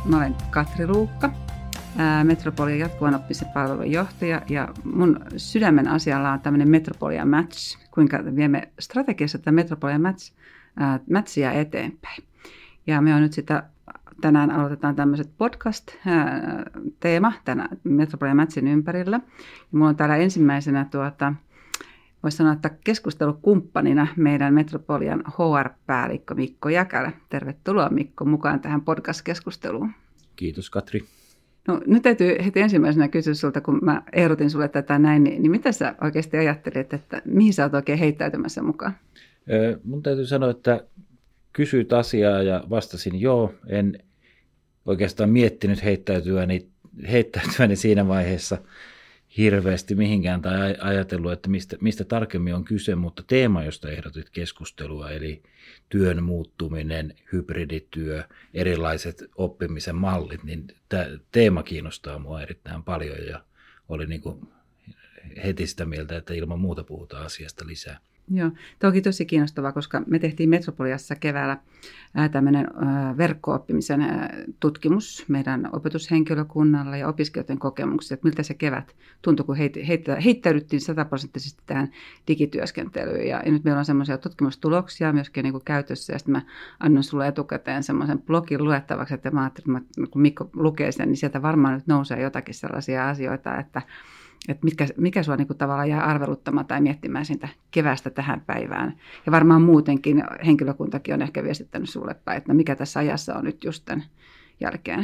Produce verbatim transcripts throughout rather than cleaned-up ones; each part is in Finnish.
Mä olen Katri Ruukka, Metropolian jatkuvan oppimisen palvelun johtaja, ja mun sydämen asialla on tämmöinen Metropolian Match, kuinka viemme strategiassa tätä Metropolian Match, ää, Matchia eteenpäin. Ja me on nyt sitä, tänään aloitetaan tämmöiset podcast-teema tänään Metropolian Matchin ympärillä. Ja mulla on täällä ensimmäisenä tuota, voisi sanoa, että keskustelukumppanina meidän Metropolian H R-päällikkö Mikko Jäkälä. Tervetuloa Mikko mukaan tähän podcast-keskusteluun. Kiitos Katri. No, nyt täytyy heti ensimmäisenä kysyä sulta, kun mä ehdotin sulle tätä näin, niin, niin mitä sä oikeasti ajattelit, että mihin sä oot oikein heittäytymässä mukaan? Ö, mun täytyy sanoa, että kysyit asiaa ja vastasin joo. En oikeastaan miettinyt heittäytyäni, heittäytyäni siinä vaiheessa hirveästi mihinkään tai ajatellut, että mistä, mistä tarkemmin on kyse, mutta teema, josta ehdotit keskustelua, eli työn muuttuminen, hybridityö, erilaiset oppimisen mallit, niin tämä teema kiinnostaa minua erittäin paljon ja oli niin kuin heti sitä mieltä, että ilman muuta puhutaan asiasta lisää. Joo, tämä onkin tosi kiinnostavaa, koska me tehtiin Metropoliassa keväällä tämmöinen verkko-oppimisen tutkimus meidän opetushenkilökunnalla ja opiskelijoiden kokemuksia, että miltä se kevät tuntui, kun heittäydyttiin sataprosenttisesti tähän digityöskentelyyn. Ja nyt meillä on semmoisia tutkimustuloksia myöskin niin kuin käytössä, ja sitten mä annan sulle etukäteen semmoisen blogin luettavaksi, että mä ajattelin, että kun Mikko lukee sen, niin sieltä varmaan nyt nousee jotakin sellaisia asioita, että Että mitkä, mikä sinua niinku tavallaan jää arveluttamaan tai miettimään siitä keväästä tähän päivään. Ja varmaan muutenkin henkilökuntakin on ehkä viestittänyt sinulle päin, että mikä tässä ajassa on nyt just tämän jälkeen.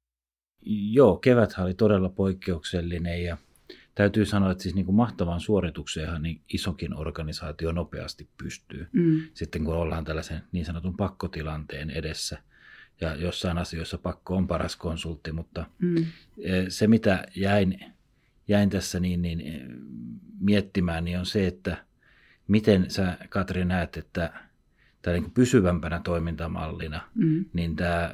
Joo, keväthän oli todella poikkeuksellinen ja täytyy sanoa, että siis niin kuin mahtavaan suoritukseenhan niin isokin organisaatio nopeasti pystyy. Mm. Sitten kun ollaan tällaisen niin sanotun pakkotilanteen edessä. Ja jossain asioissa pakko on paras konsultti, mutta mm. se mitä jäin... jäin tässä niin, niin miettimään, niin on se, että miten sä, Katri, näet, että tämä niin kuin pysyvämpänä toimintamallina, mm. niin tämä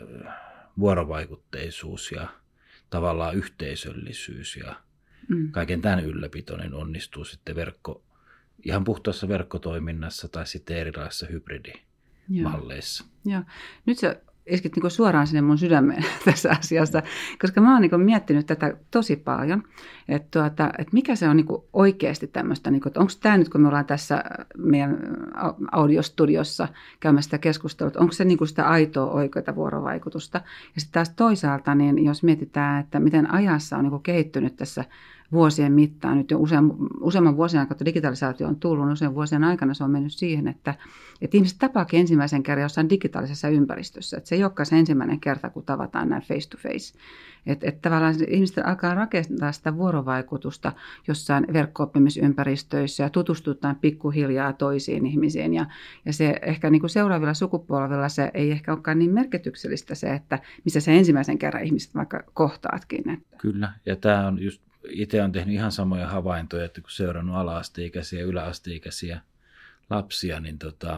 vuorovaikutteisuus ja tavallaan yhteisöllisyys ja mm. kaiken tämän ylläpito niin onnistuu sitten verkko, ihan puhtaassa verkkotoiminnassa tai sitten erilaisissa hybridimalleissa. Joo. Joo. Nyt se iskit niin suoraan sinne mun sydämeen tässä asiassa, koska mä oon niin miettinyt tätä tosi paljon, että, tuota, että mikä se on niin oikeasti tämmöistä, niin kuin, että onko tämä nyt, kun me ollaan tässä meidän audiostudiossa käymässä sitä keskustelua, onko se niin sitä aitoa oikeaa vuorovaikutusta. Ja sitten taas toisaalta, niin jos mietitään, että miten ajassa on niin kehittynyt tässä vuosien mittaan, nyt jo usean, useamman vuosien aikana, kun digitalisaatio on tullut, niin usean vuosien aikana se on mennyt siihen, että, että ihmiset tapaakin ensimmäisen kerran jossain digitaalisessa ympäristössä. Että se ei olekaan se ensimmäinen kerta, kun tavataan näin face to face. Että et tavallaan ihmiset alkaa rakentaa sitä vuorovaikutusta jossain verkko-oppimisympäristöissä ja tutustutaan pikkuhiljaa toisiin ihmisiin. Ja, ja se ehkä niin kuin seuraavilla sukupolvilla se ei ehkä olekaan niin merkityksellistä se, että missä se ensimmäisen kerran ihmiset vaikka kohtaatkin. Että. Kyllä, ja tämä on just... Itse olen tehnyt ihan samoja havaintoja, että kun seurannut ala-asteikäisiä ja yläasteikäisiä lapsia, niin tota,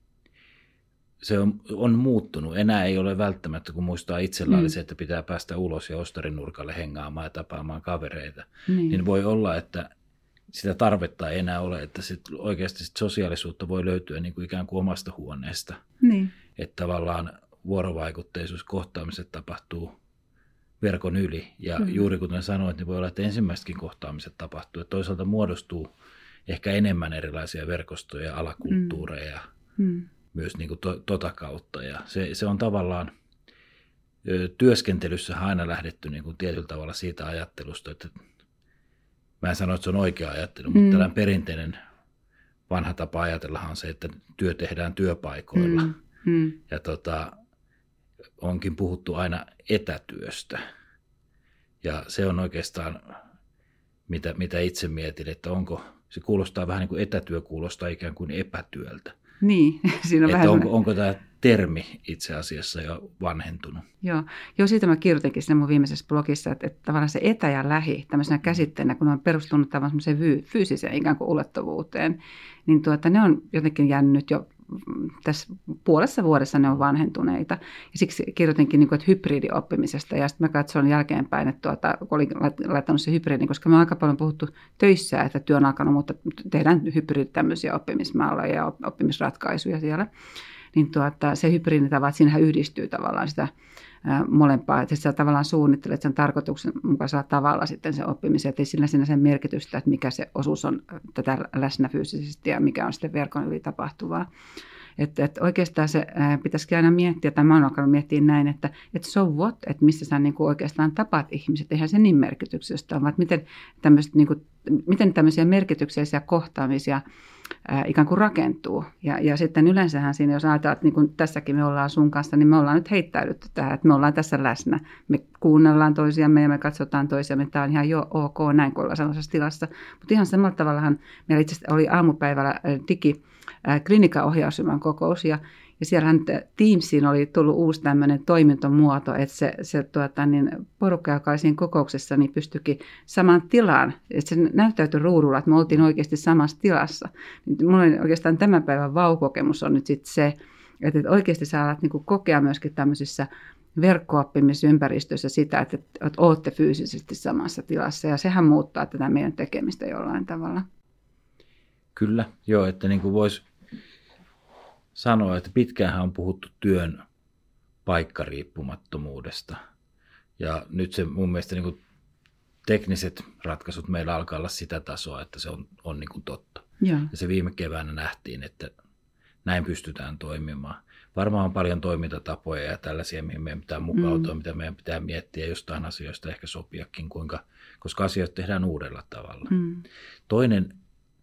se on, on muuttunut. Enää ei ole välttämättä, kun muistaa itsellä oli se, että pitää päästä ulos ja ostarin nurkalle hengaamaan ja tapaamaan kavereita. Niin, niin voi olla, että sitä tarvetta ei enää ole, että sit oikeasti sit sosiaalisuutta voi löytyä niin kuin ikään kuin omasta huoneesta. Niin. Että tavallaan vuorovaikutteisuus, kohtaamiset tapahtuu verkon yli. Ja mm. juuri kuten sanoit, niin voi olla, että ensimmäisetkin kohtaamiset tapahtuu. Että toisaalta muodostuu ehkä enemmän erilaisia verkostoja, alakulttuureja mm. myös niin kuin to, tota kautta. Ja se, se on tavallaan työskentelyssä aina lähdetty niin kuin tietyllä tavalla siitä ajattelusta, että mä en sano, että se on oikea ajattelu, mm. mutta tällainen perinteinen vanha tapa ajatellahan on se, että työ tehdään työpaikoilla. Mm. Mm. Ja tota... onkin puhuttu aina etätyöstä. Ja se on oikeastaan, mitä, mitä itse mietin, että onko, se kuulostaa vähän niin kuin etätyö kuulostaa ikään kuin epätyöltä. Niin, siinä on että vähän... Onko, onko tämä termi itse asiassa jo vanhentunut? Joo, Joo siitä mä kirjoitinkin siinä mun viimeisessä blogissa, että, että tavallaan se etä ja lähi tämmöisenä käsitteenä, kun ne on perustunut tavallaan semmoiseen fyysiseen ikään kuin ulottuvuuteen, niin tuota, ne on jotenkin jäänyt jo tässä puolessa vuodessa ne on vanhentuneita. Ja siksi kirjoitinkin, niin kuin, että hybridioppimisesta. Ja sitten mä katson jälkeenpäin, että tuota, kun olin laittanut se hybridin, koska me on aika paljon puhuttu töissä, että työ on alkanut, mutta tehdään hybridi tämmöisiä oppimismalleja ja oppimisratkaisuja siellä. niin tuota, se hybriditapa, että siinähän yhdistyy tavallaan sitä ää, molempaa, että sä tavallaan suunnittelet sen tarkoituksenmukaisella tavalla sitten se oppimisen, että ei sillä siinä sen merkitystä, että mikä se osuus on tätä läsnä fyysisesti ja mikä on sitten verkon yli tapahtuvaa. Että, että oikeastaan se ää, pitäisikin aina miettiä, tai mä oon alkanut miettiä näin, että, että so what, että missä sä niin kuin oikeastaan tapaat ihmiset, eihän se niin merkityksestä ole, vaan miten, niin kuin, miten tämmöisiä merkityksellisiä kohtaamisia ää, ikään kuin rakentuu. Ja, ja sitten yleensähän siinä, jos ajatellaan, että niin kuin tässäkin me ollaan sun kanssa, niin me ollaan nyt heittäydytty tähän, että me ollaan tässä läsnä. Me kuunnellaan toisiamme ja me katsotaan toisiamme, tämä on ihan jo ok näin, kun ollaan sellaisessa tilassa. Mutta ihan samalla tavallahan meillä itse asiassa oli aamupäivällä digi klinikaohjausryhmän kokous, ja, ja siellähän Teamsiin oli tullut uusi tämmöinen toimintomuoto, että se, se tuota, niin porukka, joka oli siinä kokouksessa, niin pystyikin samaan tilaan, että se näyttäytyi ruudulla, että me oltiin oikeasti samassa tilassa. Minulla oli oikeastaan tämän päivän vau-kokemus on nyt sitten se, että oikeasti sä alat niin kuin kokea myöskin tämmöisissä verkko-oppimisympäristössä sitä, että, että olette fyysisesti samassa tilassa, ja sehän muuttaa tätä meidän tekemistä jollain tavalla. Kyllä, joo, että niin kuin voisi sanoa, että pitkäänhän on puhuttu työn paikkariippumattomuudesta. Ja nyt se mun mielestä niin kuin tekniset ratkaisut meillä alkaa olla sitä tasoa, että se on, on niin kuin totta. Ja. ja se viime keväänä nähtiin, että näin pystytään toimimaan. Varmaan on paljon toimintatapoja ja tällaisia, mihin meidän pitää mukautua, mm. mitä meidän pitää miettiä jostain asioista, ehkä sopiakin, kuinka, koska asioita tehdään uudella tavalla. Mm. Toinen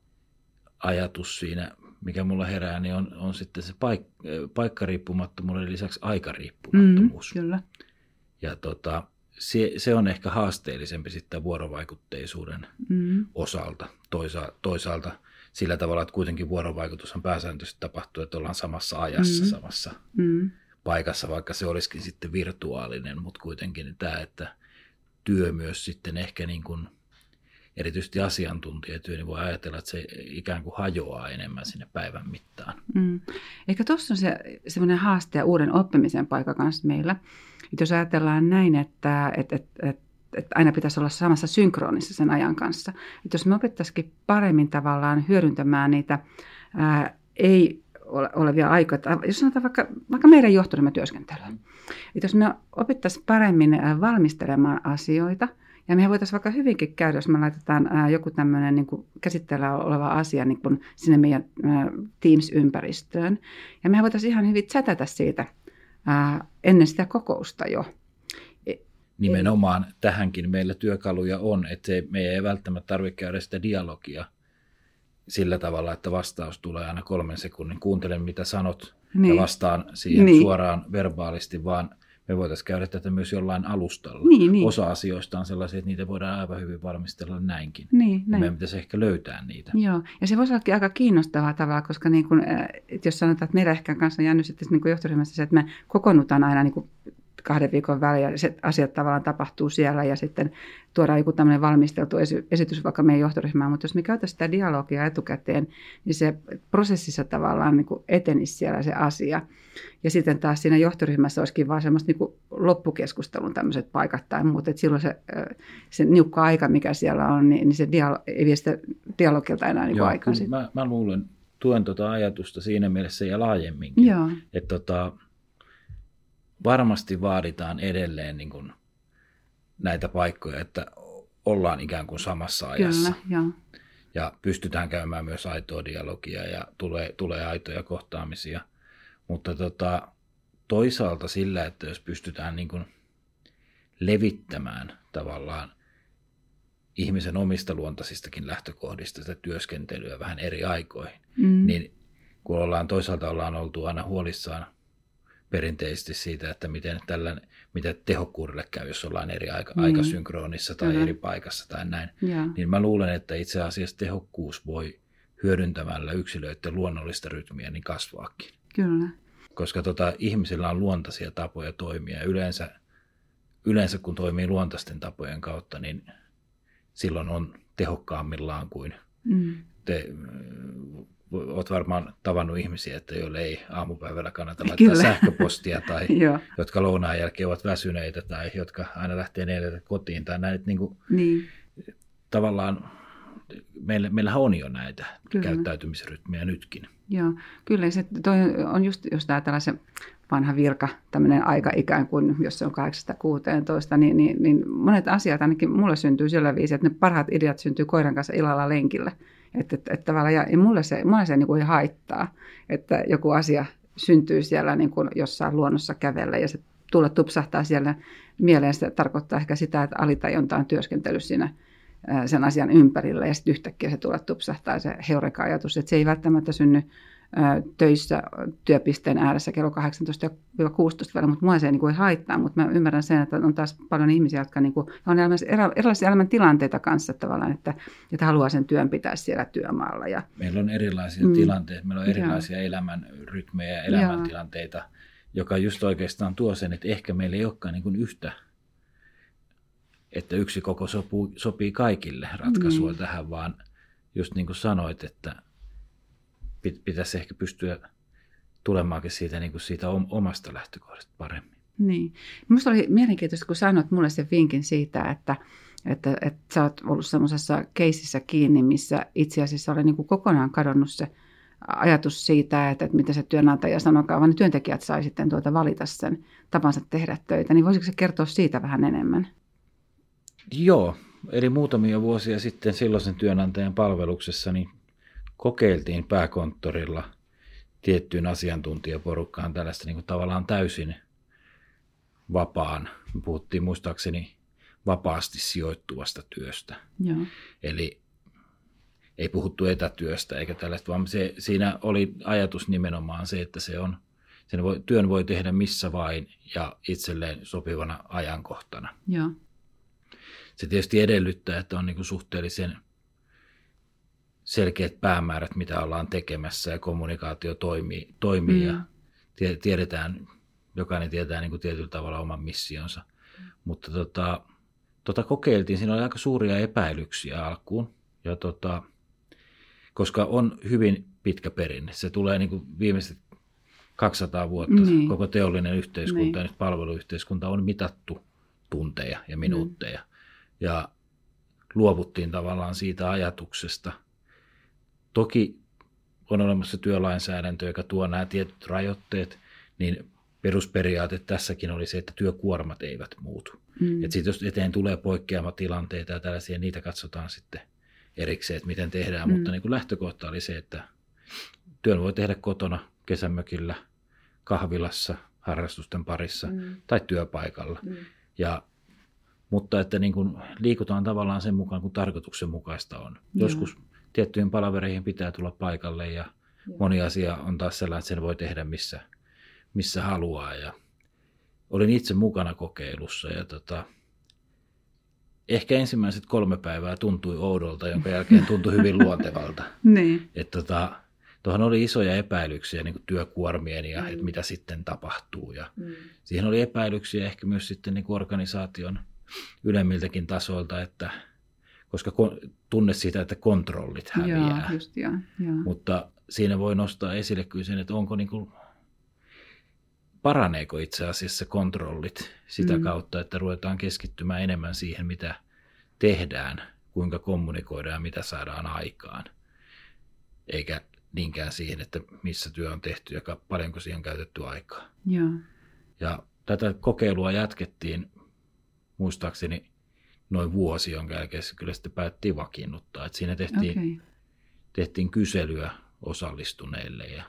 ajatus siinä, mikä mulla herää, niin on, on sitten se paik- paikkariippumattomuuden lisäksi aikariippumattomuus. Mm, kyllä. Ja tota, se, se on ehkä haasteellisempi sitten vuorovaikutteisuuden mm. osalta. Toisa, toisaalta sillä tavalla, että kuitenkin vuorovaikutushan pääsääntöisesti tapahtuu, että ollaan samassa ajassa, mm. samassa mm. paikassa, vaikka se olisikin sitten virtuaalinen, mutta kuitenkin tämä, että työ myös sitten ehkä niin kuin erityisesti asiantuntijatyö, niin voi ajatella, että se ikään kuin hajoaa enemmän sinne päivän mittaan. Mm. Eikä tuossa on se semmoinen haaste ja uuden oppimisen paikka kanssa meillä. Että jos ajatellaan näin, että, että, että, että aina pitäisi olla samassa synkronissa sen ajan kanssa. Että jos me opettaisikin paremmin tavallaan hyödyntämään niitä ää, ei olevia aikoja, jos sanotaan vaikka, vaikka meidän johtoryhmätyöskentelyä. Että jos me opittaisiin paremmin valmistelemaan asioita, ja mehän voitaisiin vaikka hyvinkin käydä, jos me laitetaan ää, joku tämmöinen niin kuin käsitteellä oleva asia niin kuin sinne meidän ää, Teams-ympäristöön. Ja mehän voitaisiin ihan hyvin chatata siitä ää, ennen sitä kokousta jo. Nimenomaan Eli... tähänkin meillä työkaluja on, että meidän ei välttämättä tarvitse käydä sitä dialogia sillä tavalla, että vastaus tulee aina kolmen sekunnin. Kuuntelen, mitä sanot, niin. ja vastaan siihen niin. suoraan verbaalisti, vaan me voitaisiin käydä tätä myös jollain alustalla. Niin, niin. Osa asioista on sellaisia, että niitä voidaan aivan hyvin valmistella näinkin. Niin, näin. Meidän pitäisi ehkä löytää niitä. Joo, ja se voisi ollakin aika kiinnostavaa tavalla, koska niin kun, että jos sanotaan, että meidän ehkä kanssa on jäänyt sitten niin johtoryhmässä se, että me kokoonnutaan aina niin kuin kahden viikon väliin ja se asiat tavallaan tapahtuu siellä ja sitten tuodaan joku tämmöinen valmisteltu esitys vaikka meidän johtoryhmään, mutta jos me käytäisiin sitä dialogia etukäteen, niin se prosessissa tavallaan niin kuin etenisi siellä se asia. Ja sitten taas siinä johtoryhmässä olisikin vaan semmoista niin kuin loppukeskustelun tämmöiset paikat tai muut, että silloin se, se niukka aika, mikä siellä on, niin, niin se dialo- ei vie sitä dialogilta enää niin aikaa. Mä, mä luulen, tuen tuota ajatusta siinä mielessä ja laajemminkin, Joo. että tota, varmasti vaaditaan edelleen niin kuin näitä paikkoja, että ollaan ikään kuin samassa ajassa. Kyllä, joo. Ja pystytään käymään myös aitoa dialogia ja tulee, tulee aitoja kohtaamisia. Mutta tota, toisaalta sillä, että jos pystytään niin kuin levittämään tavallaan ihmisen omista luontaisistakin lähtökohdista sitä työskentelyä vähän eri aikoihin, mm. niin kun ollaan toisaalta ollaan oltu aina huolissaan perinteisesti siitä, että miten tällainen, mitä tehokkuudelle käy, jos ollaan eri aika, mm. aikasynkronissa tai Kyllä. eri paikassa tai näin, ja. niin mä luulen, että itse asiassa tehokkuus voi hyödyntämällä yksilöiden luonnollista rytmiä niin kasvaakin. Kyllä. Koska tota, ihmisillä on luontaisia tapoja toimia. Yleensä, yleensä kun toimii luontaisten tapojen kautta, niin silloin on tehokkaammillaan kuin mm. te olet varmaan tavannut ihmisiä, että joille ei aamupäivällä kannata laittaa Kyllä. sähköpostia tai jotka lounaan jälkeen ovat väsyneitä tai jotka aina lähtee neljältä kotiin tai näin. Niin kuin, niin. Tavallaan meillä, meillähän on jo näitä Kyllä. käyttäytymisrytmiä nytkin. Joo, kyllä se toi on just, jos ajatellaan se vanha virka, tämmöinen aika ikään kuin, jos se on kahdeksasta kuuteentoista, niin, niin, niin monet asiat ainakin mulle syntyy sillä viisi, että ne parhaat ideat syntyy koiran kanssa illalla lenkillä. Että, että, että tavallaan, ja mulle se, mulle se niin kuin haittaa, että joku asia syntyy siellä niin kuin jossain luonnossa kävellä ja se tulla tupsahtaa siellä mieleen. Se tarkoittaa ehkä sitä, että alitajunta on työskentely siinä sen asian ympärillä ja sitten yhtäkkiä se tulee tupsahtaa se heureka-ajatus, että se ei välttämättä synny töissä työpisteen ääressä kello kahdeksantoista kuusitoista välillä, mutta mua se ei, niin kuin, ei haittaa, mutta mä ymmärrän sen, että on taas paljon ihmisiä, jotka niin kuin, on erilaisia elämäntilanteita kanssa tavallaan, että, että haluaa sen työn pitää siellä työmaalla. Ja, meillä on erilaisia mm. tilanteita, meillä on erilaisia ja. elämänrytmejä ja elämäntilanteita, ja. joka just oikeastaan tuo sen, että ehkä meillä ei olekaan niin kuin yhtä, että yksi koko sopuu, sopii kaikille ratkaisua mm. tähän, vaan just niin kuin sanoit, että pitäisi ehkä pystyä tulemaankin siitä, niin kuin siitä omasta lähtökohdasta paremmin. Niin. Minusta oli mielenkiintoista, kun sanoit mulle sen vinkin siitä, että, että, että sä oot ollut semmoisessa keississä kiinni, missä itse asiassa oli niin kuin kokonaan kadonnut se ajatus siitä, että, että mitä se työnantaja sanokaa, vaan ne työntekijät sai sitten tuota valita sen tapansa tehdä töitä. Niin voisiko se kertoa siitä vähän enemmän? Joo, eli muutamia vuosia sitten silloisen työnantajan palveluksessa niin kokeiltiin pääkonttorilla tiettyyn asiantuntijaporukkaan tällaista niin kuin tavallaan täysin vapaan, me puhuttiin muistaakseni vapaasti sijoittuvasta työstä. Joo. Eli ei puhuttu etätyöstä eikä tällaista, vaan se, siinä oli ajatus nimenomaan se, että se on, sen voi, työn voi tehdä missä vain ja itselleen sopivana ajankohtana. Joo. Se tietysti edellyttää, että on niin kuin suhteellisen selkeät päämäärät, mitä ollaan tekemässä ja kommunikaatio toimii, toimii mm. ja tiedetään, jokainen tietää niin kuin tietyllä tavalla oman missionsa. Mm. Mutta tota, tota kokeiltiin, siinä oli aika suuria epäilyksiä alkuun, ja tota, koska on hyvin pitkä perinne. Se tulee niin kuin viimeiset kaksisataa vuotta, niin. Koko teollinen yhteiskunta niin. Ja nyt palveluyhteiskunta on mitattu tunteja ja minuutteja. Mm. Ja luovuttiin tavallaan siitä ajatuksesta. Toki on olemassa työlainsäädäntö, joka tuo nämä tietyt rajoitteet, niin perusperiaate tässäkin oli se, että työkuormat eivät muutu. Mm. Että sitten jos eteen tulee poikkeamatilanteita ja tällaisia, niitä katsotaan sitten erikseen, että miten tehdään. Mm. Mutta niin kuin lähtökohta oli se, että työn voi tehdä kotona, kesämökillä, kahvilassa, harrastusten parissa mm. tai työpaikalla. Mm. Ja mutta että niin kuin liikutaan tavallaan sen mukaan, kun tarkoituksenmukaista on. Joo. Joskus tiettyihin palavereihin pitää tulla paikalle ja Joo. moni asia on taas sellainen, että sen voi tehdä missä, missä haluaa. Ja olin itse mukana kokeilussa ja tota, ehkä ensimmäiset kolme päivää tuntui oudolta, jonka jälkeen tuntui hyvin luontevalta. Niin. Että tota, tuohon oli isoja epäilyksiä niin kuin työkuormien ja mm. että mitä sitten tapahtuu. Ja mm. siihen oli epäilyksiä ehkä myös sitten niin kuin organisaation ylemmiltäkin tasoilta, että, koska tunne siitä, että kontrollit häviää. Joo, just, joo, joo. Mutta siinä voi nostaa esille kyllä sen, että onko niin kuin, paraneeko itse asiassa kontrollit sitä mm. kautta, että ruvetaan keskittymään enemmän siihen, mitä tehdään, kuinka kommunikoidaan ja mitä saadaan aikaan. Eikä niinkään siihen, että missä työ on tehty ja paljonko siihen on käytetty aikaa. Joo. Ja tätä kokeilua jatkettiin muistaakseni noin vuosi, jonka jälkeen se kyllä sitten päättiin vakiinnuttaa. Että siinä tehtiin, okay. tehtiin kyselyä osallistuneille ja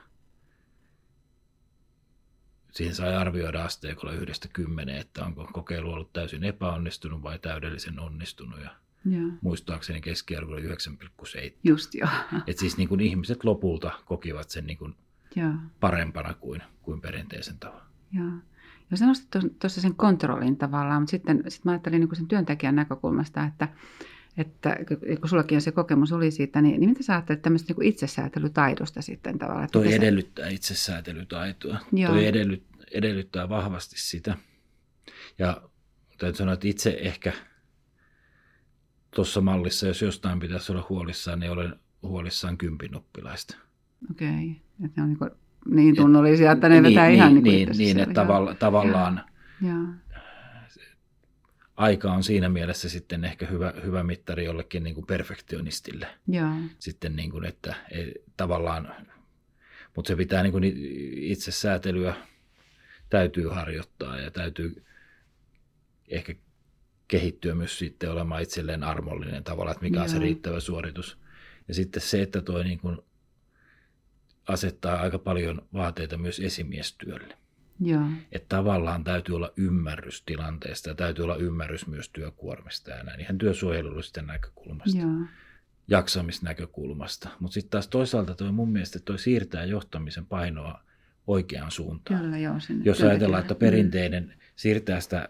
siihen sai arvioida asteikolla yhdestä kymmeneen, että onko kokeilu ollut täysin epäonnistunut vai täydellisen onnistunut. Ja ja. Muistaakseni keskiarvo oli yhdeksän pilkku seitsemän. Just joo. Että siis niin kuin ihmiset lopulta kokivat sen niin kuin parempana kuin, kuin perinteisen tavan. Joo. Ja sä nostit tuossa sen kontrollin tavallaan, mutta sitten sit mä ajattelin niin kuin sen työntekijän näkökulmasta, että, että kun sullakin on se kokemus oli siitä, niin, niin mitä sä ajattelet tämmöistä niin itsesäätelytaidosta sitten tavallaan? Toi sä... edellyttää itsesäätelytaitoa. Joo. Toi edellyt, edellyttää vahvasti sitä. Ja täytyy sanoa, että itse ehkä tuossa mallissa, jos jostain pitäisi olla huolissaan, niin olen huolissaan kympin oppilaista. Okei, okay. Että ne on niin kuin... Niin tunnollisia, että ne vetää niin, ihan niin, niin kuin niin, niin että tavalla, tavallaan ja, ja. aika on siinä mielessä sitten ehkä hyvä, hyvä mittari jollekin niin kuin perfektionistille. Joo. Sitten niin kuin, että ei, tavallaan, mutta se pitää niin kuin itsesäätelyä täytyy harjoittaa ja täytyy ehkä kehittyä myös sitten olemaan itselleen armollinen tavalla, että mikä Joo. on se riittävä suoritus. Ja sitten se, että toi niin kuin asettaa aika paljon vaateita myös esimiestyölle. Joo. Että tavallaan täytyy olla ymmärrys tilanteesta ja täytyy olla ymmärrys myös työkuormista ja näin ihan työsuojelullisesta näkökulmasta, Joo. jaksamisnäkökulmasta. Mutta sitten taas toisaalta toi mun mielestä toi siirtää johtamisen painoa oikeaan suuntaan. Kyllä, joo, jos ajatellaan, että perinteinen mm. siirtää sitä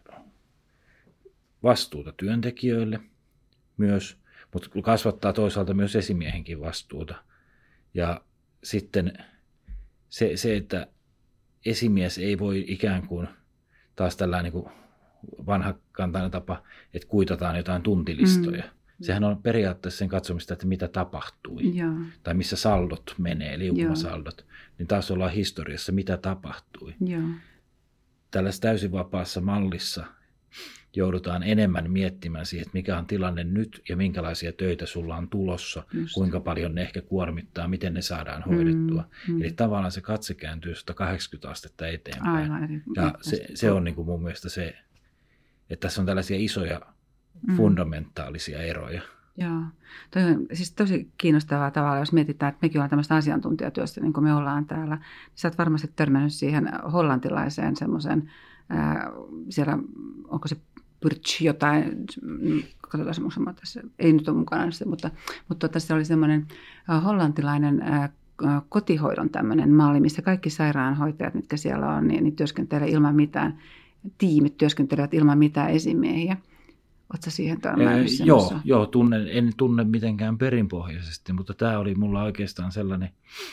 vastuuta työntekijöille myös, mutta kasvattaa toisaalta myös esimiehenkin vastuuta. Ja sitten se, se että esimies ei voi ikään kuin, taas tällainen niin kuin vanhakantainen tapa, että kuitataan jotain tuntilistoja. Mm. Sehän on periaatteessa sen katsomista, että mitä tapahtui, Joo. tai missä saldot menee, liukumasaldot. Niin taas ollaan historiassa, mitä tapahtui. Joo. Tällaisessa täysin vapaassa mallissa joudutaan enemmän miettimään siihen, että mikä on tilanne nyt ja minkälaisia töitä sulla on tulossa, Just. kuinka paljon ne ehkä kuormittaa, miten ne saadaan hoidettua. Mm, mm. Eli tavallaan se katse kääntyy sata kahdeksankymmentä astetta eteenpäin. Aivan, ja se, se on niin kuin mun mielestä se, että tässä on tällaisia isoja mm. fundamentaalisia eroja. Joo. Toi on siis tosi kiinnostavaa tavalla, jos mietitään, että mekin ollaan tämmöistä asiantuntijatyöstä, niin kuin me ollaan täällä. Niin sä oot varmasti törmännyt siihen hollantilaiseen semmoisen, ää, siellä, onko se Pyrch jotain, katsotaan semmoisen, tässä ei nyt ole mukana se, mutta, mutta tässä oli semmoinen hollantilainen ää, kotihoidon tämmöinen malli, missä kaikki sairaanhoitajat, mitkä siellä on, niin, niin työskentelee ilman mitään, tiimit työskentelevät ilman mitään esimiehiä. Oletko siihen törmännyt? Ee, joo, joo tunnen, en tunne mitenkään perinpohjaisesti, mutta tämä oli mulla oikeastaan sellainen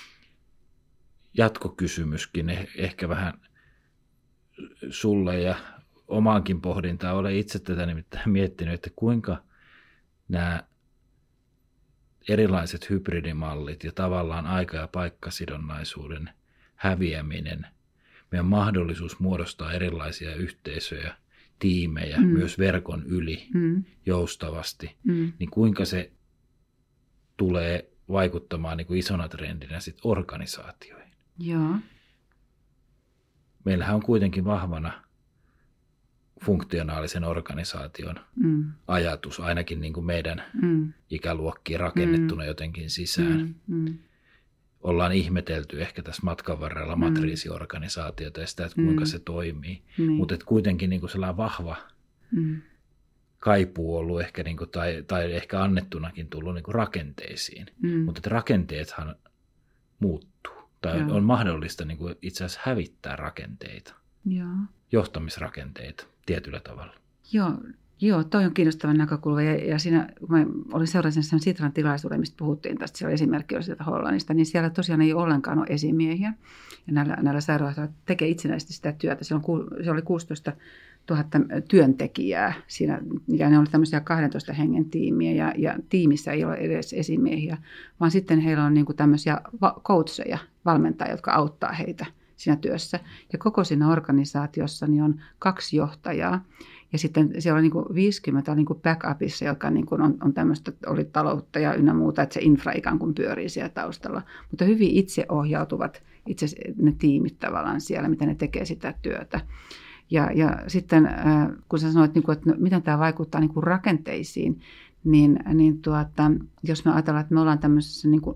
jatkokysymyskin, ehkä vähän sulle ja omaankin pohdintaan. Olen itse tätä nimittäin miettinyt, että kuinka nämä erilaiset hybridimallit ja tavallaan aika- ja paikkasidonnaisuuden häviäminen, meidän mahdollisuus muodostaa erilaisia yhteisöjä, tiimejä, mm. myös verkon yli mm. joustavasti, mm. niin kuinka se tulee vaikuttamaan niin kuin isona trendinä sit organisaatioihin. Joo. Meillähän on kuitenkin vahvana funktionaalisen organisaation mm. ajatus, ainakin niin kuin meidän mm. ikäluokkiin rakennettuna mm. jotenkin sisään. Mm. Mm. Ollaan ihmetelty ehkä tässä matkan varrella mm. matriisiorganisaatiota ja sitä, että kuinka mm. se toimii. Mm. Mutta kuitenkin niin kuin sellainen vahva mm. kaipuu ollut ehkä, niin kuin, tai, tai ehkä annettunakin tullut niin kuin rakenteisiin. Mm. Mutta rakenteethan muuttuu. Tai Joo. on mahdollista niin kuin itse asiassa hävittää rakenteita. Joo. Johtamisrakenteita tietyllä tavalla. Joo. Joo, toi on kiinnostava näkökulma. Ja, ja siinä, kun mä olin seurasin sen Sitran tilaisuuden, mistä puhuttiin tästä, siellä esimerkki oli sieltä Hollannista, niin siellä tosiaan ei ollenkaan ole esimiehiä. Ja näillä, näillä sairaanhoitajilla tekee itsenäisesti sitä työtä. Se, on, se oli kuusitoistatuhatta työntekijää siinä, ja ne oli tämmöisiä kahdentoista hengen tiimiä, ja, ja tiimissä ei ole edes esimiehiä, vaan sitten heillä on niin kuin tämmöisiä coacheja, valmentajia, jotka auttaa heitä siinä työssä. Ja koko siinä organisaatiossa niin on kaksi johtajaa. Ja sitten siellä on niin kuin viisikymmentä niin kuin backupissa, joka niin kuin on, on tämmöistä, oli taloutta ja ynnä muuta, että se infra ikään kuin pyörii siellä taustalla. Mutta hyvin itseohjautuvat itse ne tiimit tavallaan siellä, miten ne tekee sitä työtä. Ja, ja sitten kun sä sanoit, että miten tämä vaikuttaa niin kuin rakenteisiin, niin, niin tuota, jos me ajatellaan, että me ollaan tämmöisessä niin kuin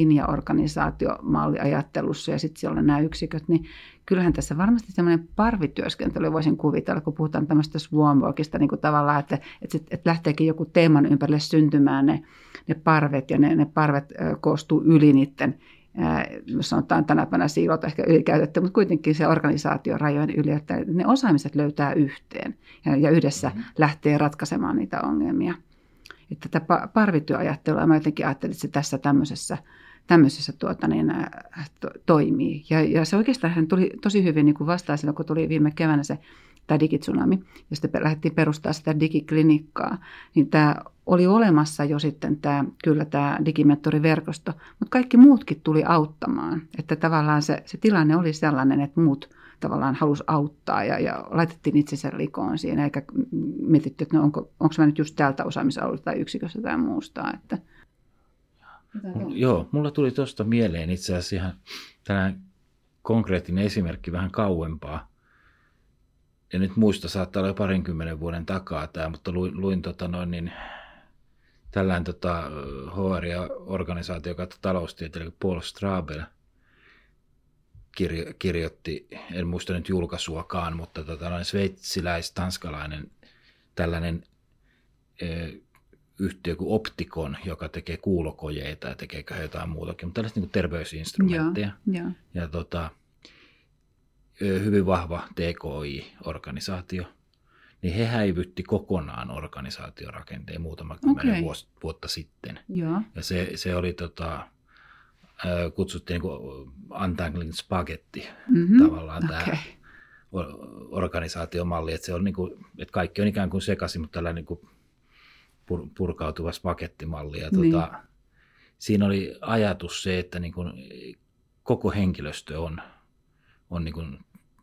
linja-organisaatiomalliajattelussa ja sitten siellä on nämä yksiköt, niin kyllähän tässä varmasti semmoinen parvityöskentely voisin kuvitella, kun puhutaan tämmöistä swarm-workista niin kuin tavallaan, että, että, että lähteekin joku teeman ympärille syntymään ne, ne parvet ja ne, ne parvet koostuu yli niiden, jos sanotaan tänä päivänä siilot ehkä ylikäytetty, mutta kuitenkin se organisaation rajojen yli, että ne osaamiset löytää yhteen ja, ja yhdessä mm-hmm. lähtee ratkaisemaan niitä ongelmia. Että tätä parvityöajattelua, mä jotenkin ajattelin, että se tässä tämmöisessä, tämmöisessä tuota, niin, to, toimii. Ja, ja se oikeastaan hän tuli tosi hyvin niin kuin vastaan silloin, kun tuli viime keväänä se tämä digitsunami, ja sitten lähdettiin perustaa sitä digiklinikkaa, niin tämä oli olemassa jo sitten tämä, kyllä tämä digimentoriverkosto, mutta kaikki muutkin tuli auttamaan. Että tavallaan se, se tilanne oli sellainen, että muut tavallaan halusi auttaa ja, ja laitettiin itsensä likoon siinä, eikä mietitty, että no onko, onko mä nyt just tältä osaamisalueelta tai yksiköstä tai muusta. Että... Joo, mulla tuli tuosta mieleen itse asiassa ihan tällainen konkreettinen esimerkki vähän kauempaa. En nyt muista, saattaa olla jo parinkymmenen vuoden takaa tämä, mutta luin, luin tota noin niin, tällainen tota, H R-organisaatio, joka taloustieteilijä Paul Strabel kirjo, kirjoitti, en muista nyt julkaisuakaan, mutta tota, sveitsiläis-tanskalainen tällainen e, yhtiö kuin Opticon, joka tekee kuulokojeita ja tekee jotain muutakin, mutta tällaista niin kuin terveysinstrumentteja. Ja, ja. ja tota, hyvin vahva T K I-organisaatio, niin he häivytti kokonaan organisaatiorakenteen muutama kymmenen okay. vuotta sitten. Ja, ja se, se oli, tota, kutsuttiin niin kuin untangling spaghetti mm-hmm. tavallaan okay. tämä organisaatiomalli, että, se on niin kuin, että kaikki on ikään kuin sekaisin, mutta tällainen niin kuin purkautuva spagettimalli. Ja niin. tota, siinä oli ajatus se, että niin kuin koko henkilöstö on on niin kuin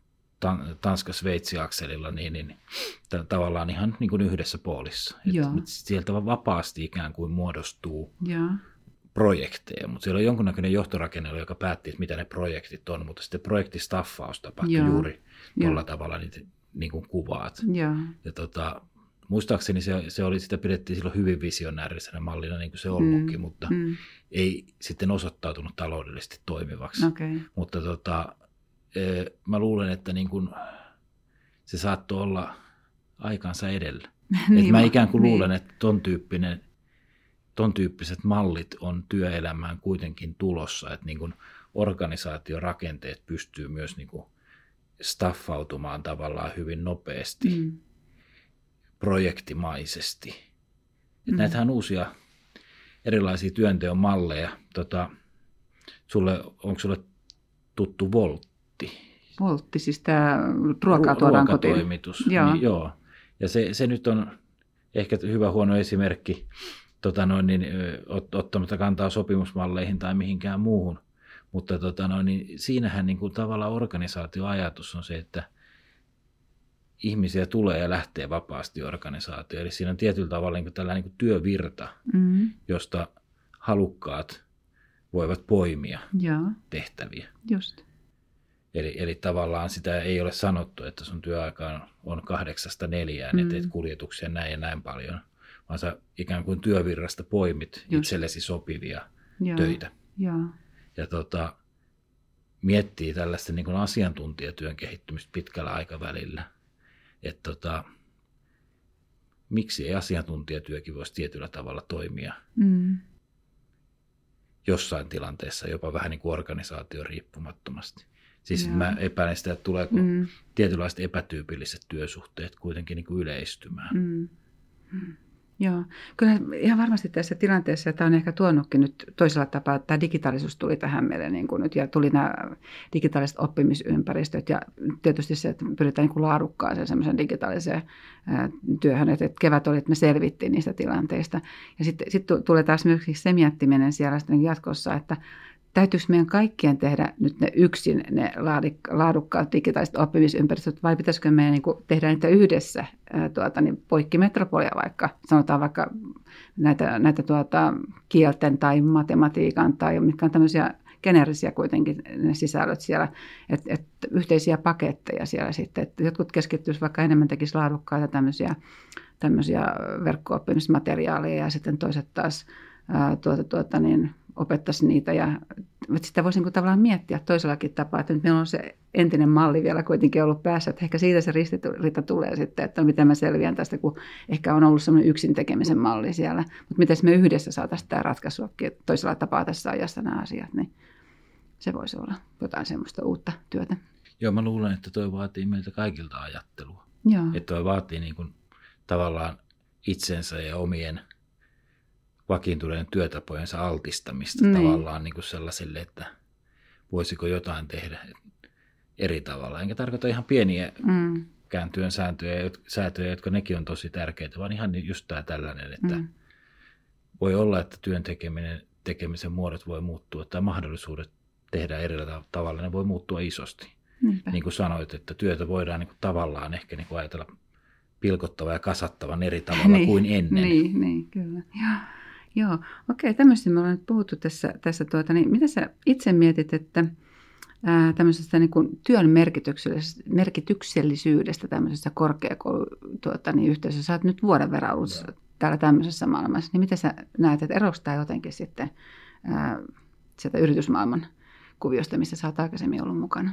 Tanska-Sveitsi-akselilla niin, niin t- tavallaan ihan niin kuin yhdessä poolissa. Että sieltä vapaasti ikään kuin muodostuu ja. projekteja, mutta siellä on jonkunnäköinen johtorakenne, joka päätti, että mitä ne projektit on, mutta sitten projektistaffaus tapahtui ja. juuri tuolla ja. tavalla niitä, niin kuin kuvaat. Ja, ja tota, muistaakseni se, se oli, sitä pidettiin silloin hyvin visionäärisenä mallina, niin kuin se ollutkin, mm. mutta mm. ei sitten osoittautunut taloudellisesti toimivaksi. Okay. Mutta tota, mä luulen, että niin kun se saattoi olla aikansa edellä. niin, että mä ikään kuin niin. luulen, että ton, tyyppinen, ton tyyppiset mallit on työelämään kuitenkin tulossa, että niin kun organisaatiorakenteet pystyy myös niin kun staffautumaan tavallaan hyvin nopeasti, mm. projektimaisesti. Että mm. näitähän on uusia erilaisia työnteon malleja. Tota, sulle, onko sulle tuttu Volt? Voltti, siis tämä ruokaa tuodaan kotiin. Ruokatoimitus, joo. Niin, joo. Ja se, se nyt on ehkä hyvä huono esimerkki tota noin, niin, ot, ottamatta kantaa sopimusmalleihin tai mihinkään muuhun, mutta tota noin, niin, siinähän niin kuin, tavallaan organisaatioajatus on se, että ihmisiä tulee ja lähtee vapaasti organisaatioon. Eli siinä on tietyllä tavalla niin kuin tällainen niin kuin työvirta, mm-hmm. josta halukkaat voivat poimia ja. tehtäviä. Just. Eli, eli tavallaan sitä ei ole sanottu, että sun työaika on, on kahdeksasta neljään, mm. että teet kuljetuksia näin ja näin paljon, vaan sä ikään kuin työvirrasta poimit Just. itsellesi sopivia ja. töitä. Ja, ja tota, miettii tällaista niin kuin asiantuntijatyön kehittymistä pitkällä aikavälillä, että tota, miksi ei asiantuntijatyökin voisi tietyllä tavalla toimia mm. jossain tilanteessa, jopa vähän niin kuin organisaation riippumattomasti. Siis Joo. mä epäilen sitä, että tuleeko mm. tietynlaiset epätyypilliset työsuhteet kuitenkin niin kuin yleistymään. Mm. Mm. Joo, kyllä ihan varmasti tässä tilanteessa, että on ehkä tuonutkin nyt toisella tapaa, että tämä digitaalisuus tuli tähän meille niin kuin nyt, ja tuli nämä digitaaliset oppimisympäristöt, ja tietysti se, että pyritään niin kuin laadukkaaseen semmoisen digitaaliseen ää, työhön, että kevät oli, että me selvittiin niistä tilanteista. Ja sitten sit tulee taas myös se miettiminen siellä sitten jatkossa, että täytyykö meidän kaikkien tehdä nyt ne yksin ne laadukkaat digitaaliset oppimisympäristöt, vai pitäisikö meidän niin kuin tehdä niitä yhdessä ää, tuota, niin poikkimetropolia vaikka, sanotaan vaikka näitä, näitä tuota, kielten tai matematiikan, tai mitkä on tämmöisiä geneerisiä kuitenkin ne sisällöt siellä, että et yhteisiä paketteja siellä sitten, että jotkut keskittyisivät vaikka enemmän tekisivät laadukkaita tämmöisiä, tämmöisiä verkko-oppimismateriaaleja, ja sitten toiset taas ää, tuota, tuota, niin, opettaisi niitä, ja sitä voisi niin kuin tavallaan miettiä toisellakin tapaa, että nyt meillä on se entinen malli vielä kuitenkin ollut päässä, että ehkä siitä se ristiriita tulee sitten, että miten mä selviän tästä, kun ehkä on ollut semmoinen yksin tekemisen malli siellä, mutta miten me yhdessä saataisiin tämä ratkaisuakin toisella tapaa tässä ajassa nämä asiat, niin se voisi olla jotain semmoista uutta työtä. Joo, mä luulen, että toi vaatii meiltä kaikilta ajattelua. Joo. Että toi vaatii niin kuin tavallaan itsensä ja omien vakiintuneiden työtapojensa altistamista niin. tavallaan niin kuin sellaiselle, että voisiko jotain tehdä eri tavalla. Enkä tarkoita ihan pieniäkään mm. työn sääntöjä, säätöjä, jotka nekin on tosi tärkeitä, vaan ihan just tämä tällainen, että mm. voi olla, että työn tekeminen, tekemisen muodot voi muuttua tai mahdollisuudet tehdä eri tavalla, ne voi muuttua isosti. Niinpä. Niin kuin sanoit, että työtä voidaan niin kuin tavallaan ehkä niin kuin ajatella pilkottavan ja kasattavan eri tavalla niin, kuin ennen. Niin, niin kyllä. Joo, joo. Okei, tämmöistä me ollaan nyt puhuttu tässä, tässä tuota, niin mitä sä itse mietit, että ää, tämmöisestä niin kuin työn merkityksellisyydestä, merkityksellisyydestä tämmöisessä korkeakouluyhteisössä, tuota, niin sä oot nyt vuoden verran ollut no. täällä tämmöisessä maailmassa, niin miten sä näet, että eroako tämä jotenkin sitten ää, sieltä yritysmaailman kuviosta, missä sä oot aikaisemmin ollut mukana?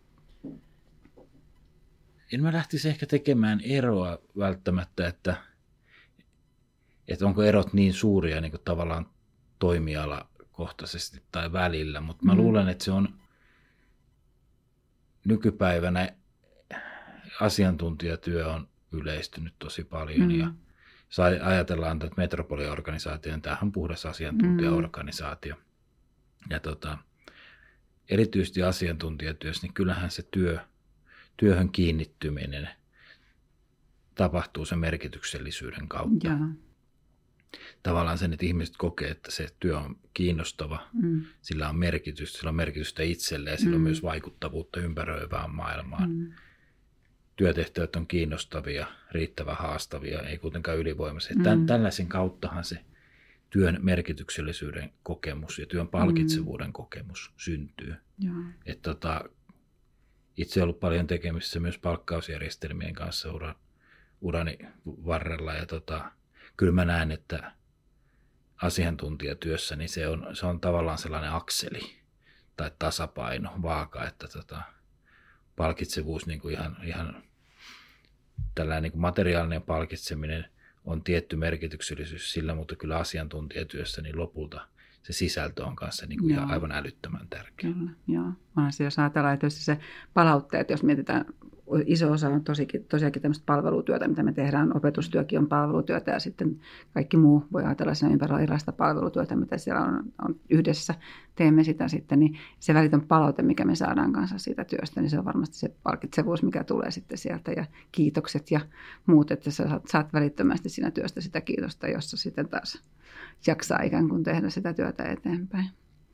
En mä lähtisi ehkä tekemään eroa välttämättä, että, että onko erot niin suuria niin kuin tavallaan toimialakohtaisesti tai välillä, mutta mä mm. luulen, että se on nykypäivänä asiantuntijatyö on yleistynyt tosi paljon mm. ja jos ajatellaan tätä metropoliorganisaation, tämähän on puhdas asiantuntijaorganisaatio. Mm. Ja tota, erityisesti asiantuntijatyössä, niin kyllähän se työ, työhön kiinnittyminen tapahtuu sen merkityksellisyyden kautta. Ja. Tavallaan sen, että ihmiset kokee, että se työ on kiinnostava, mm. sillä on merkitystä, sillä on merkitystä itselleen ja sillä mm. on myös vaikuttavuutta ympäröivään maailmaan. Mm. Työtehtävät on kiinnostavia, riittävän haastavia, ei kuitenkaan ylivoimaisia. Mm. Tällaisen kauttahan se työn merkityksellisyyden kokemus ja työn palkitsevuuden mm. kokemus syntyy. Et tota, itse olen ollut paljon tekemisissä myös palkkausjärjestelmien kanssa ura, urani varrella ja tota, kyllä mä näen, että asiantuntijatyössä niin se on, se on tavallaan sellainen akseli tai tasapaino, vaaka, että tota, palkitsevuus niin kuin ihan, ihan tällainen niin kuin materiaalinen palkitseminen on tietty merkityksellisyys sillä, mutta kyllä asiantuntijatyössä niin lopulta se sisältö on kanssa niin kuin ihan aivan älyttömän tärkeä. Kyllä, joo. On se, jos ajatellaan, että se palautteet, jos mietitään, iso osa on tosikin, tosiaankin tämmöistä palvelutyötä, mitä me tehdään. Opetustyökin on palvelutyötä ja sitten kaikki muu voi ajatella siinä ympärillä erilaista palvelutyötä, mitä siellä on, on yhdessä. Teemme sitä sitten, niin se välitön palaute, mikä me saadaan kanssa siitä työstä, niin se on varmasti se palkitsevuus, mikä tulee sitten sieltä ja kiitokset ja muut, että sä saat, saat välittömästi siinä työstä sitä kiitosta, jossa sitten taas jaksaa ikään kuin tehdä sitä työtä eteenpäin.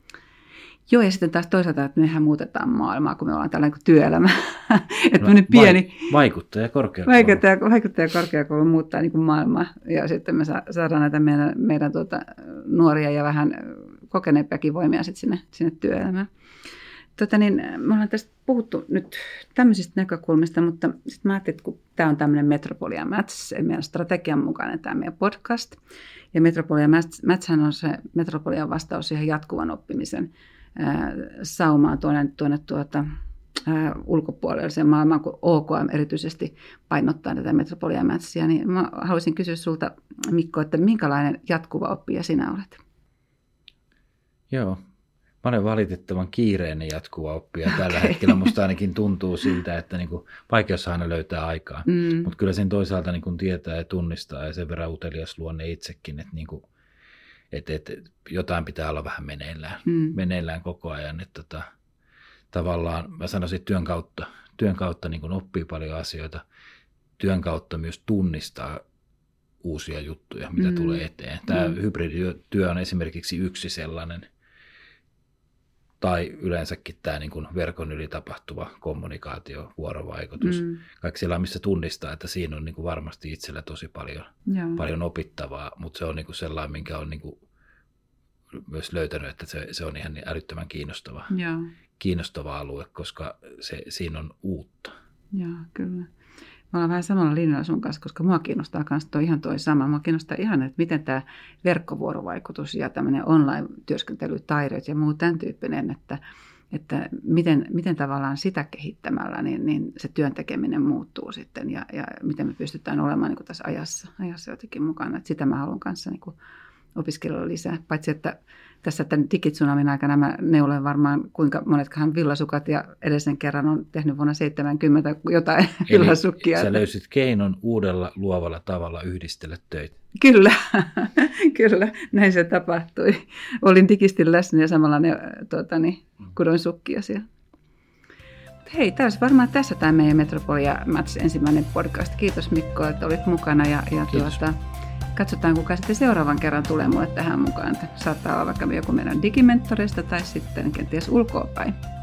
Joo, ja sitten taas toisaalta, että mehän muutetaan maailmaa, kun me ollaan tällainen kuin työelämä. Että no, pieni vaikuttaja korkeakoulu. Vaikuttaja, vaikuttaja korkeakoulu muuttaa niin kuin maailmaa. Ja sitten me saadaan näitä meidän, meidän tuota, nuoria ja vähän kokeneempiakin voimia sitten sinne, sinne työelämään. Tota niin, me ollaan tästä puhuttu nyt tämmöisistä näkökulmista, mutta sitten mä ajattelin, että kun tämä on tämmöinen Metropolia Match, meidän strategian mukainen tämä meidän podcast. Ja Metropolia Matchhän on se Metropolian vastaus siihen jatkuvan oppimisen ää, saumaan tuonne, tuonne tuota, ää, ulkopuolelle sen maailmaan, kun O K M erityisesti painottaa tätä Metropolia Matchia. Niin mä haluaisin kysyä sulta, Mikko, että minkälainen jatkuva oppija sinä olet? Joo. Mä olen valitettavan kiireinen jatkuva oppija okay. Tällä hetkellä. Musta ainakin tuntuu siltä, että niinku vaikeus aina löytää aikaa. Mm. Mutta kyllä sen toisaalta niinku tietää ja tunnistaa ja sen verran utelias luonne itsekin, että niinku, et, et, jotain pitää olla vähän meneillään, mm. meneillään koko ajan. Että tota, tavallaan mä sanoisin, että työn kautta, työn kautta niinku oppii paljon asioita. Työn kautta myös tunnistaa uusia juttuja, mitä mm. tulee eteen. Tämä mm. hybridityö on esimerkiksi yksi sellainen. Tai yleensäkin tämä niin kuin verkon yli tapahtuva kommunikaatio, vuorovaikutus. Mm. Kaikki siellä, missä tunnistaa, että siinä on niin kuin varmasti itsellä tosi paljon, paljon opittavaa, mutta se on niin kuin sellainen, minkä on niin kuin myös löytänyt, että se, se on ihan älyttömän kiinnostava, kiinnostava alue, koska se, siinä on uutta. Joo, kyllä. Mä olen vähän samalla linjalla sun kanssa, koska mua kiinnostaa myös toi ihan toi sama. Mua kiinnostaa ihan, että miten tämä verkkovuorovaikutus ja tämmöinen online-työskentelytaidot ja muu tämän tyyppinen, että, että miten, miten tavallaan sitä kehittämällä niin, niin se työn tekeminen muuttuu sitten ja, ja miten me pystytään olemaan niin kuin tässä ajassa, ajassa jotenkin mukana. Että sitä mä haluan kanssa niin kuin opiskella lisää, paitsi että tässä tämän digitsunamin aikana mä neulen varmaan, kuinka monetkaan villasukat ja edellisen kerran on tehnyt vuonna seitsemänkymmentä jotain Eli villasukkia. Sä löysit keinon uudella luovalla tavalla yhdistellä töitä. Kyllä, kyllä, näin se tapahtui. Olin digisti läsnä ja samalla ne, tuota, niin, kudoin sukkia siellä. Hei, tämä olisi varmaan tässä tämä meidän Metropolia Match ensimmäinen podcast. Kiitos Mikko, että olit mukana ja, ja tuota, katsotaan, kuka sitten seuraavan kerran tulee mulle tähän mukaan. Saattaa olla vaikka joku meidän digimentoreista tai sitten kenties ulkoapäin.